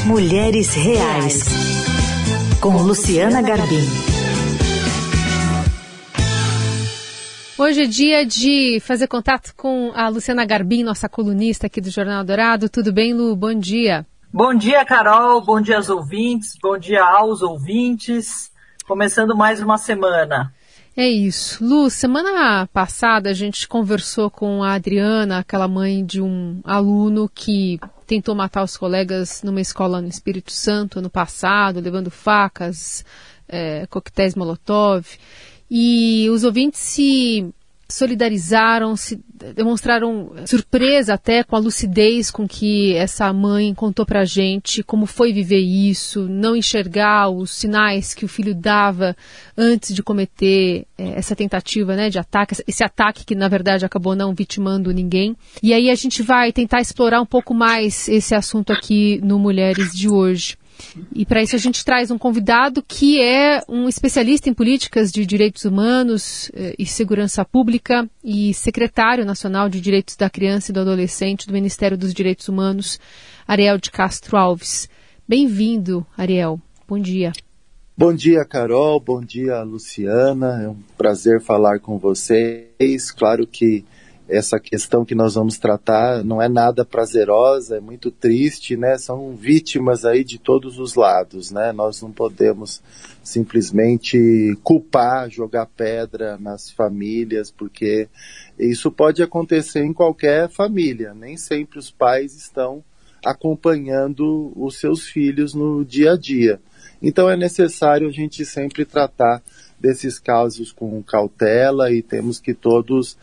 Mulheres Reais, com Luciana Garbim. Hoje é dia de fazer contato com a Luciana Garbim, nossa colunista aqui do Jornal Dourado. Tudo bem, Lu? Bom dia. Bom dia, Carol. Bom dia aos ouvintes. Bom dia aos ouvintes. Começando mais uma semana. É isso. Lu, semana passada a gente conversou com a Adriana, aquela mãe de um aluno que tentou matar os colegas numa escola no Espírito Santo ano passado, levando facas, coquetéis Molotov. E os ouvintes se solidarizaram, demonstraram surpresa até com a lucidez com que essa mãe contou pra gente como foi viver isso, não enxergar os sinais que o filho dava antes de cometer essa tentativa, né, de ataque, esse ataque que na verdade acabou não vitimando ninguém. E aí a gente vai tentar explorar um pouco mais esse assunto aqui no Mulheres de hoje. E para isso a gente traz um convidado que é um especialista em políticas de direitos humanos e segurança pública e secretário nacional de Direitos da Criança e do Adolescente do Ministério dos Direitos Humanos, Ariel de Castro Alves. Bem-vindo, Ariel. Bom dia. Bom dia, Carol. Bom dia, Luciana. É um prazer falar com vocês. Claro que essa questão que nós vamos tratar não é nada prazerosa, é muito triste, né? São vítimas aí de todos os lados, né? Nós não podemos simplesmente culpar, jogar pedra nas famílias, porque isso pode acontecer em qualquer família. Nem sempre os pais estão acompanhando os seus filhos no dia a dia. Então é necessário a gente sempre tratar desses casos com cautela e temos que todos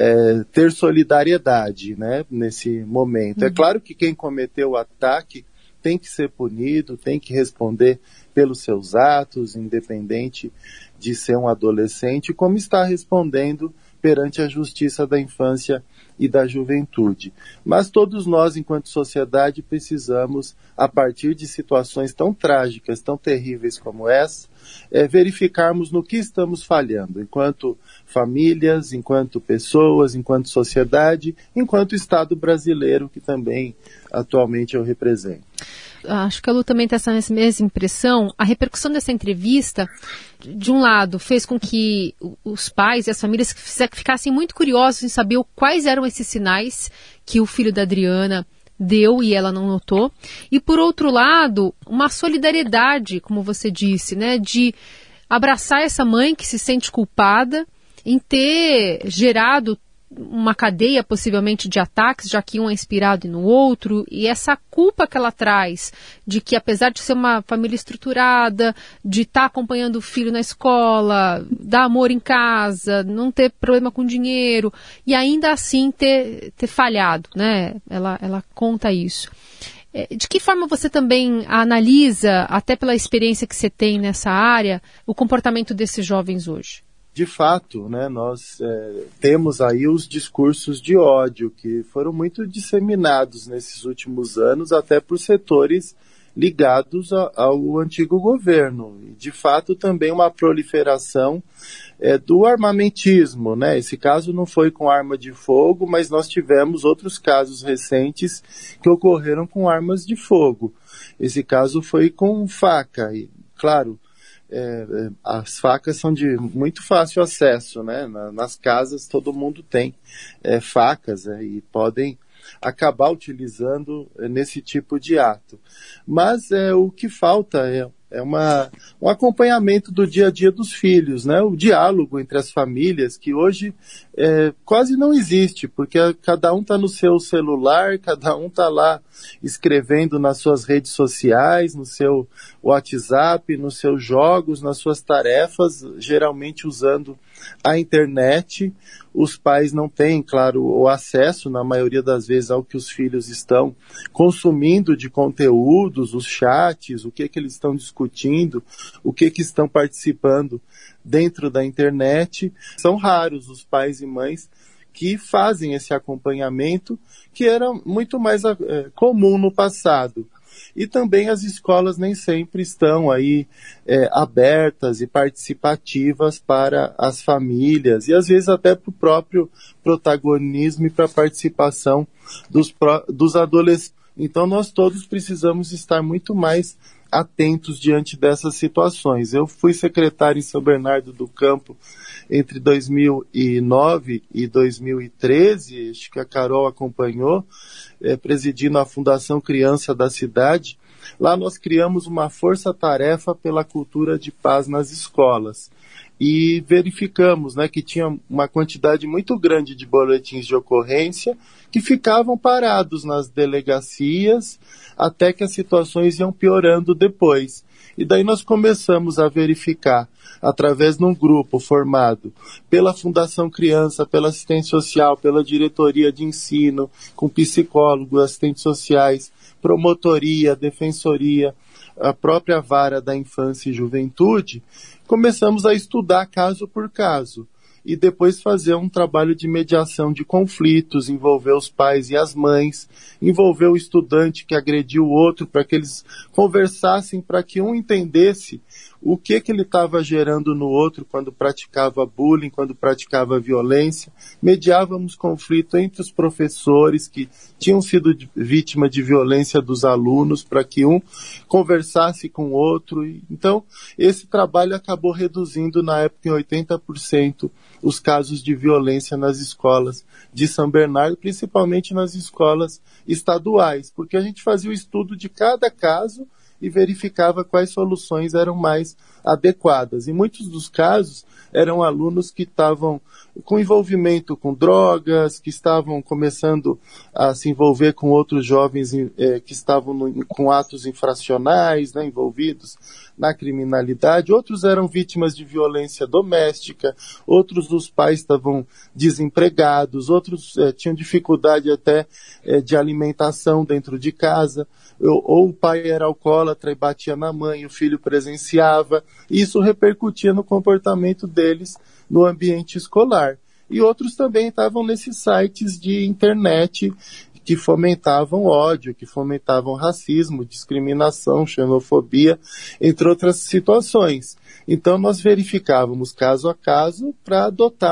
ter solidariedade, né, nesse momento. É claro que quem cometeu o ataque tem que ser punido, tem que responder pelos seus atos, independente de ser um adolescente, como está respondendo perante a Justiça da Infância e da Juventude. Mas todos nós, enquanto sociedade, precisamos, a partir de situações tão trágicas, tão terríveis como essa, verificarmos no que estamos falhando, enquanto famílias, enquanto pessoas, enquanto sociedade, enquanto Estado brasileiro, que também atualmente eu represento. Acho que a Lu também tem essa mesma impressão. A repercussão dessa entrevista, de um lado, fez com que os pais e as famílias ficassem muito curiosos em saber quais eram esses sinais que o filho da Adriana deu e ela não notou. E, por outro lado, uma solidariedade, como você disse, né, de abraçar essa mãe que se sente culpada em ter gerado uma cadeia possivelmente de ataques, já que um é inspirado no outro, e essa culpa que ela traz de que, apesar de ser uma família estruturada, de estar acompanhando o filho na escola, dar amor em casa, não ter problema com dinheiro, e ainda assim ter falhado, né? Ela conta isso. De que forma você também analisa, até pela experiência que você tem nessa área, o comportamento desses jovens hoje? De fato, né, nós temos aí os discursos de ódio que foram muito disseminados nesses últimos anos, até por setores ligados ao antigo governo. E, de fato, também uma proliferação do armamentismo, né? Esse caso não foi com arma de fogo, mas nós tivemos outros casos recentes que ocorreram com armas de fogo. Esse caso foi com faca e, claro, as facas são de muito fácil acesso, né? Nas casas todo mundo tem facas e podem acabar utilizando nesse tipo de ato. Mas o que falta é um acompanhamento do dia a dia dos filhos, né? O diálogo entre as famílias, que hoje quase não existe, porque cada um está no seu celular, cada um está lá escrevendo nas suas redes sociais, no seu WhatsApp, nos seus jogos, nas suas tarefas, geralmente usando a internet. Os pais não têm, claro, o acesso, na maioria das vezes, ao que os filhos estão consumindo de conteúdos, os chats, o que eles estão discutindo, o que estão participando dentro da internet. São raros os pais e mães que fazem esse acompanhamento, que era muito mais comum no passado. E também as escolas nem sempre estão aí abertas e participativas para as famílias e às vezes até para o próprio protagonismo e para a participação dos adolescentes. Então nós todos precisamos estar muito mais atentos diante dessas situações. Eu fui secretário em São Bernardo do Campo entre 2009 e 2013, acho que a Carol acompanhou, presidindo a Fundação Criança da cidade. Lá nós criamos uma força-tarefa pela cultura de paz nas escolas. E verificamos, né, que tinha uma quantidade muito grande de boletins de ocorrência que ficavam parados nas delegacias até que as situações iam piorando depois. E daí nós começamos a verificar, através de um grupo formado pela Fundação Criança, pela assistência social, pela diretoria de ensino, com psicólogos, assistentes sociais, promotoria, defensoria, a própria vara da infância e juventude, começamos a estudar caso por caso e depois fazer um trabalho de mediação de conflitos, envolver os pais e as mães, envolver o estudante que agrediu o outro para que eles conversassem, para que um entendesse o que ele estava gerando no outro quando praticava bullying, quando praticava violência. Mediávamos conflito entre os professores que tinham sido vítima de violência dos alunos, para que um conversasse com o outro. Então, esse trabalho acabou reduzindo, na época, em 80%, os casos de violência nas escolas de São Bernardo, principalmente nas escolas estaduais, porque a gente fazia o estudo de cada caso e verificava quais soluções eram mais adequadas. Em muitos dos casos, eram alunos que estavam com envolvimento com drogas, que estavam começando a se envolver com outros jovens que estavam com atos infracionais, né, envolvidos na criminalidade. Outros eram vítimas de violência doméstica, outros dos pais estavam desempregados, outros tinham dificuldade até de alimentação dentro de casa, ou o pai era alcoólatra e batia na mãe, o filho presenciava. Isso repercutia no comportamento deles no ambiente escolar. E outros também estavam nesses sites de internet que fomentavam ódio, que fomentavam racismo, discriminação, xenofobia, entre outras situações. Então nós verificávamos caso a caso para adotar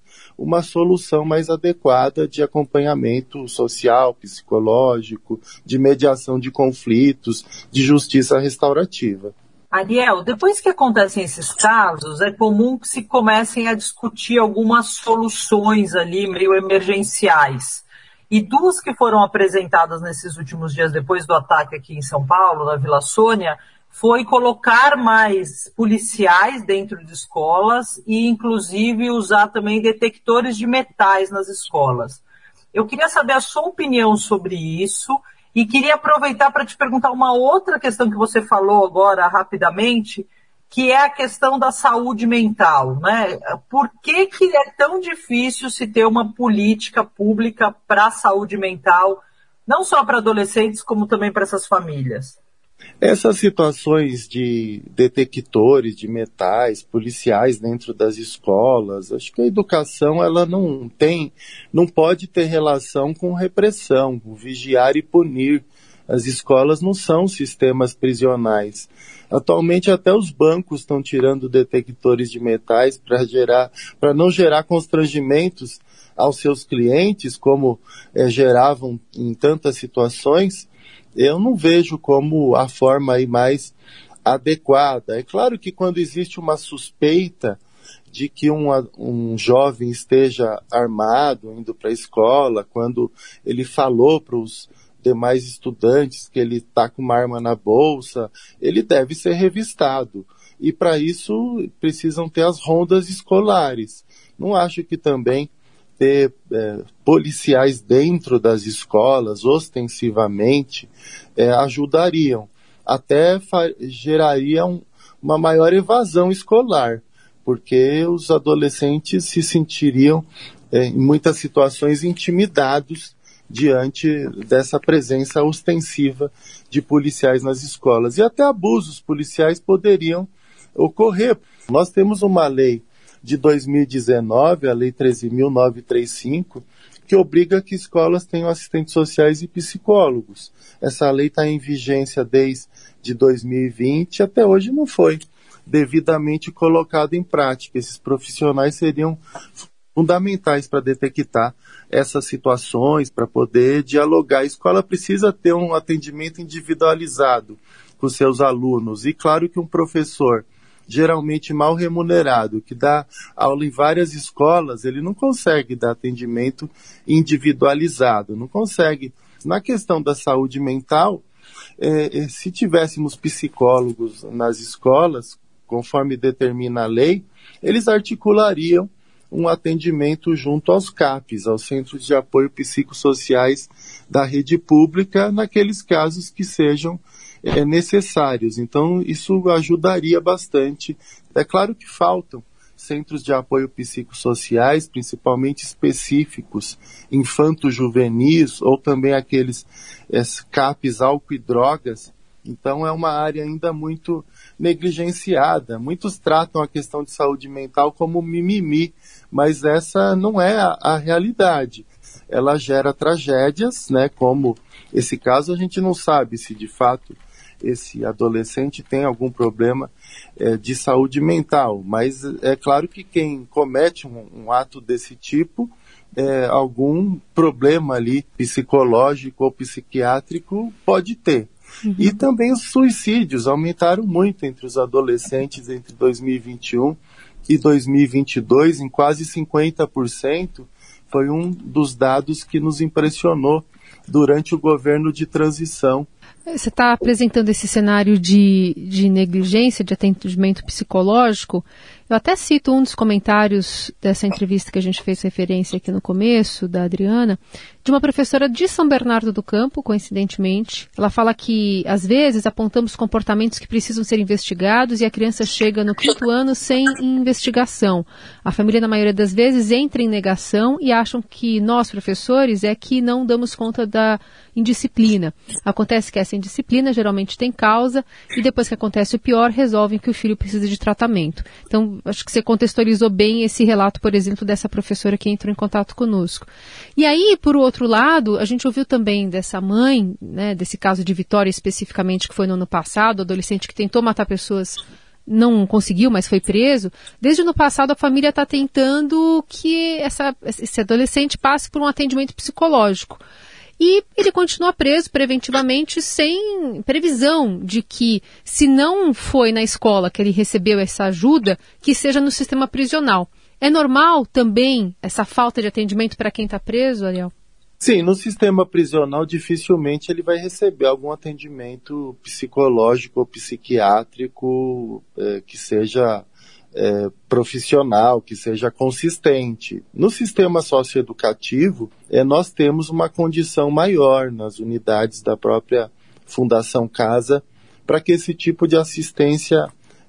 uma solução mais adequada de acompanhamento social, psicológico, de mediação de conflitos, de justiça restaurativa. Ariel, depois que acontecem esses casos, é comum que se comecem a discutir algumas soluções ali meio emergenciais. E duas que foram apresentadas nesses últimos dias depois do ataque aqui em São Paulo, na Vila Sônia, foi colocar mais policiais dentro de escolas e, inclusive, usar também detectores de metais nas escolas. Eu queria saber a sua opinião sobre isso e queria aproveitar para te perguntar uma outra questão que você falou agora rapidamente, que é a questão da saúde mental, né? Por que é tão difícil se ter uma política pública para a saúde mental, não só para adolescentes, como também para essas famílias? Essas situações de detectores de metais, policiais dentro das escolas, acho que a educação ela não pode ter relação com repressão, com vigiar e punir. As escolas não são sistemas prisionais. Atualmente até os bancos estão tirando detectores de metais para não gerar constrangimentos aos seus clientes, como geravam em tantas situações. Eu não vejo como a forma aí mais adequada. É claro que quando existe uma suspeita de que um jovem esteja armado indo para a escola, quando ele falou para os demais estudantes que ele está com uma arma na bolsa, ele deve ser revistado. E para isso precisam ter as rondas escolares. Não acho que também ter policiais dentro das escolas, ostensivamente, ajudariam. Até gerariam uma maior evasão escolar, porque os adolescentes se sentiriam, em muitas situações, intimidados diante dessa presença ostensiva de policiais nas escolas. E até abusos policiais poderiam ocorrer. Nós temos uma lei de 2019, a Lei 13.935, que obriga que escolas tenham assistentes sociais e psicólogos. Essa lei está em vigência desde 2020 e até hoje não foi devidamente colocada em prática. Esses profissionais seriam fundamentais para detectar essas situações, para poder dialogar. A escola precisa ter um atendimento individualizado com seus alunos. E claro que um professor geralmente mal remunerado, que dá aula em várias escolas, ele não consegue dar atendimento individualizado, não consegue. Na questão da saúde mental, se tivéssemos psicólogos nas escolas, conforme determina a lei, eles articulariam um atendimento junto aos CAPs, aos Centros de Apoio Psicossociais da rede pública, naqueles casos que sejam necessários. Então, isso ajudaria bastante. É claro que faltam centros de apoio psicossociais, principalmente específicos, infanto-juvenis, ou também aqueles CAPs álcool e drogas. Então, é uma área ainda muito negligenciada. Muitos tratam a questão de saúde mental como mimimi, mas essa não é a realidade. Ela gera tragédias, né? Como esse caso, a gente não sabe se de fato esse adolescente tem algum problema de saúde mental, mas é claro que quem comete um ato desse tipo, algum problema ali psicológico ou psiquiátrico pode ter. Uhum. E também os suicídios aumentaram muito entre os adolescentes entre 2021 e 2022, em quase 50%, foi um dos dados que nos impressionou durante o governo de transição. Você está apresentando esse cenário de negligência, de atendimento psicológico. Eu até cito um dos comentários dessa entrevista que a gente fez referência aqui no começo, da Adriana, de uma professora de São Bernardo do Campo, coincidentemente. Ela fala que, às vezes, apontamos comportamentos que precisam ser investigados e a criança chega no 5º ano sem investigação. A família, na maioria das vezes, entra em negação e acham que nós, professores, é que não damos conta da indisciplina. Acontece que essa indisciplina geralmente tem causa e depois que acontece o pior, resolvem que o filho precisa de tratamento. Então, acho que você contextualizou bem esse relato, por exemplo, dessa professora que entrou em contato conosco. E aí, por outro lado, a gente ouviu também dessa mãe, né, desse caso de Vitória especificamente, que foi no ano passado, adolescente que tentou matar pessoas, não conseguiu, mas foi preso. Desde o ano passado, a família está tentando que esse adolescente passe por um atendimento psicológico. E ele continua preso preventivamente sem previsão de que, se não foi na escola que ele recebeu essa ajuda, que seja no sistema prisional. É normal também essa falta de atendimento para quem está preso, Ariel? Sim, no sistema prisional dificilmente ele vai receber algum atendimento psicológico ou psiquiátrico que seja profissional, que seja consistente. No sistema socioeducativo, nós temos uma condição maior nas unidades da própria Fundação Casa para que esse tipo de assistência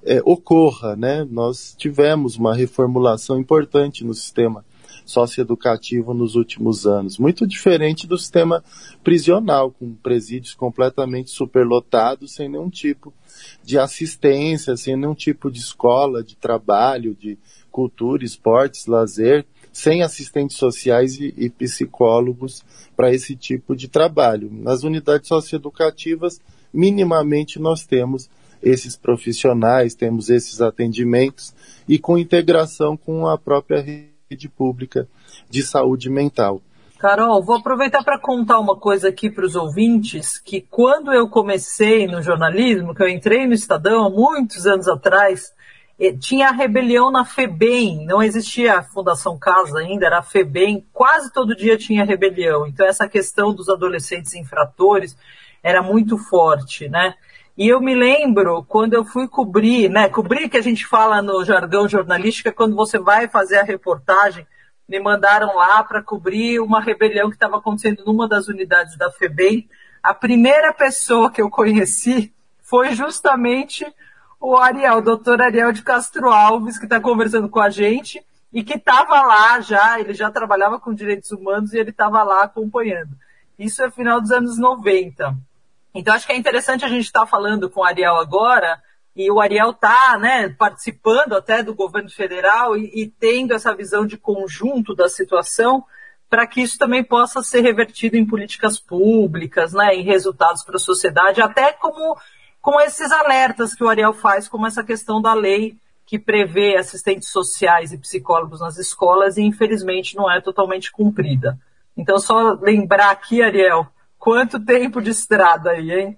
ocorra, né? Nós tivemos uma reformulação importante no sistema socioeducativo nos últimos anos, muito diferente do sistema prisional, com presídios completamente superlotados, sem nenhum tipo de assistência, sem nenhum tipo de escola, de trabalho, de cultura, esportes, lazer, sem assistentes sociais e psicólogos para esse tipo de trabalho. Nas unidades socioeducativas, minimamente nós temos esses profissionais, temos esses atendimentos e com integração com a própria rede pública de saúde mental. Carol, vou aproveitar para contar uma coisa aqui para os ouvintes, que quando eu comecei no jornalismo, que eu entrei no Estadão há muitos anos atrás, tinha a rebelião na FEBEM, não existia a Fundação Casa ainda, era a FEBEM, quase todo dia tinha rebelião. Então essa questão dos adolescentes infratores era muito forte, né? E eu me lembro quando eu fui cobrir, né? Cobrir que a gente fala no jargão jornalístico é quando você vai fazer a reportagem. Me mandaram lá para cobrir uma rebelião que estava acontecendo numa das unidades da FEBEM. A primeira pessoa que eu conheci foi justamente o Ariel, o doutor Ariel de Castro Alves, que está conversando com a gente e que estava lá já, ele já trabalhava com direitos humanos e ele estava lá acompanhando. Isso é final dos anos 90. Então, acho que é interessante a gente estar falando com o Ariel agora, e o Ariel está, né, participando até do governo federal e tendo essa visão de conjunto da situação, para que isso também possa ser revertido em políticas públicas, né, em resultados para a sociedade, até com esses alertas que o Ariel faz, como essa questão da lei que prevê assistentes sociais e psicólogos nas escolas e, infelizmente, não é totalmente cumprida. Então, só lembrar aqui, Ariel, quanto tempo de estrada aí, hein?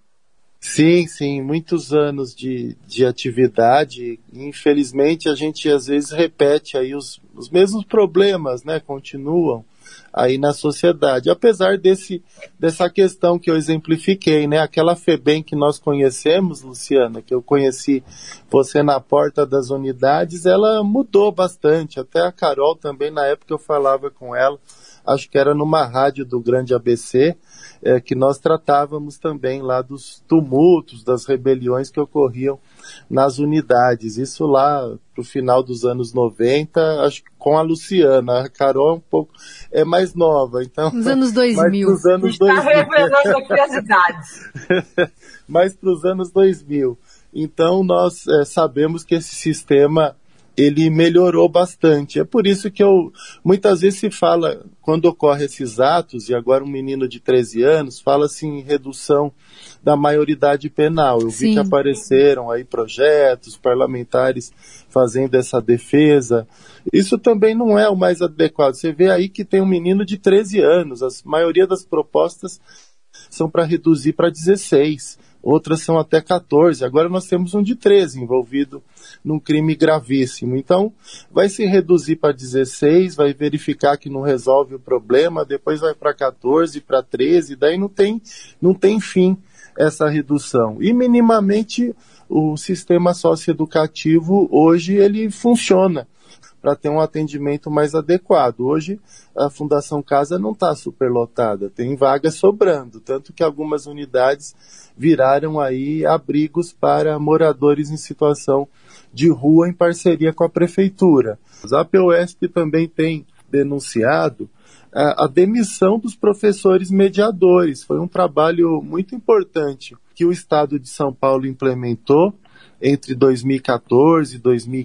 Sim, muitos anos de atividade. Infelizmente, a gente às vezes repete aí os mesmos problemas, né? Continuam aí na sociedade. Apesar dessa questão que eu exemplifiquei, né? Aquela FEBEM que nós conhecemos, Luciana, que eu conheci você na porta das unidades, ela mudou bastante. Até a Carol também, na época eu falava com ela, acho que era numa rádio do Grande ABC, que nós tratávamos também lá dos tumultos, das rebeliões que ocorriam nas unidades. Isso lá para o final dos anos 90, acho que com a Luciana. A Carol é mais nova. Então, nos anos 2000. Nos anos está 2000. revelando aqui as idades. Mais para os anos 2000. Então, nós sabemos que esse sistema ele melhorou bastante. É por isso que muitas vezes se fala, quando ocorrem esses atos, e agora um menino de 13 anos, fala-se em redução da maioridade penal. Eu vi que apareceram aí projetos parlamentares fazendo essa defesa. Isso também não é o mais adequado. Você vê aí que tem um menino de 13 anos, a maioria das propostas são para reduzir para 16. Outras são até 14. Agora nós temos um de 13 envolvido num crime gravíssimo. Então, vai se reduzir para 16, vai verificar que não resolve o problema, depois vai para 14, para 13, daí não tem fim essa redução. E minimamente o sistema socioeducativo hoje ele funciona para ter um atendimento mais adequado. Hoje a Fundação Casa não está superlotada, tem vagas sobrando, tanto que algumas unidades viraram aí abrigos para moradores em situação de rua em parceria com a prefeitura. A POSP também tem denunciado a demissão dos professores mediadores. Foi um trabalho muito importante que o Estado de São Paulo implementou entre 2014 e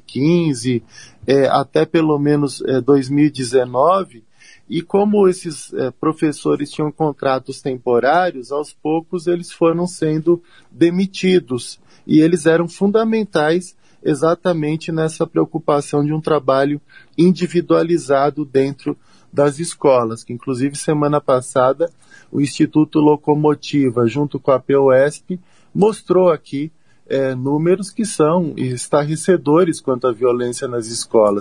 2015, até pelo menos 2019, e como esses professores tinham contratos temporários, aos poucos eles foram sendo demitidos, e eles eram fundamentais exatamente nessa preocupação de um trabalho individualizado dentro das escolas, que inclusive semana passada o Instituto Locomotiva, junto com a POSP, mostrou aqui números que são estarrecedores quanto à violência nas escolas.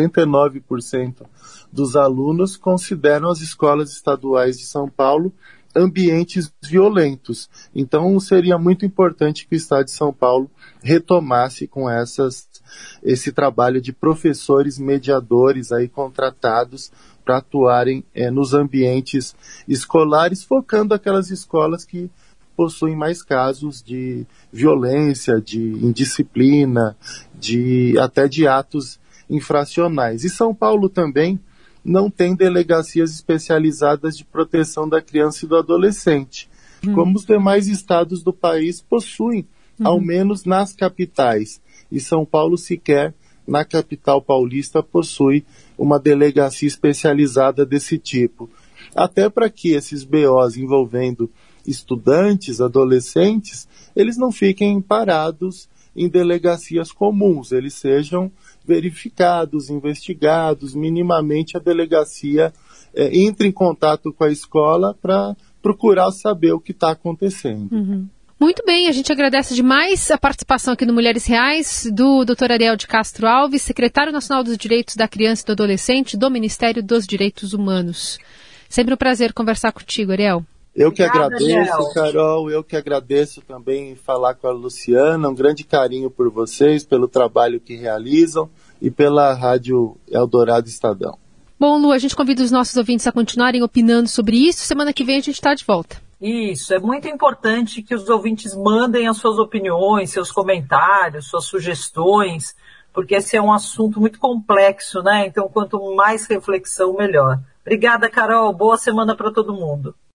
69% dos alunos consideram as escolas estaduais de São Paulo ambientes violentos. Então seria muito importante que o Estado de São Paulo retomasse com esse trabalho de professores mediadores aí contratados para atuarem nos ambientes escolares, focando aquelas escolas que possuem mais casos de violência, de indisciplina, até de atos infracionais. E São Paulo também não tem delegacias especializadas de proteção da criança e do adolescente, como os demais estados do país possuem, ao menos nas capitais. E São Paulo sequer, na capital paulista, possui uma delegacia especializada desse tipo. Até para que esses BOs envolvendo estudantes, adolescentes, eles não fiquem parados em delegacias comuns, eles sejam verificados, investigados, minimamente a delegacia entre em contato com a escola para procurar saber o que está acontecendo. Muito bem, a gente agradece demais a participação aqui no Mulheres Reais do Dr. Ariel de Castro Alves, secretário nacional dos Direitos da Criança e do Adolescente do Ministério dos Direitos Humanos. Sempre um prazer conversar contigo, Ariel. Eu que agradeço, Carol, eu que agradeço também falar com a Luciana, um grande carinho por vocês, pelo trabalho que realizam e pela Rádio Eldorado Estadão. Bom, Lu, a gente convida os nossos ouvintes a continuarem opinando sobre isso. Semana que vem a gente está de volta. Isso, é muito importante que os ouvintes mandem as suas opiniões, seus comentários, suas sugestões, porque esse é um assunto muito complexo, né? Então, quanto mais reflexão, melhor. Obrigada, Carol. Boa semana para todo mundo.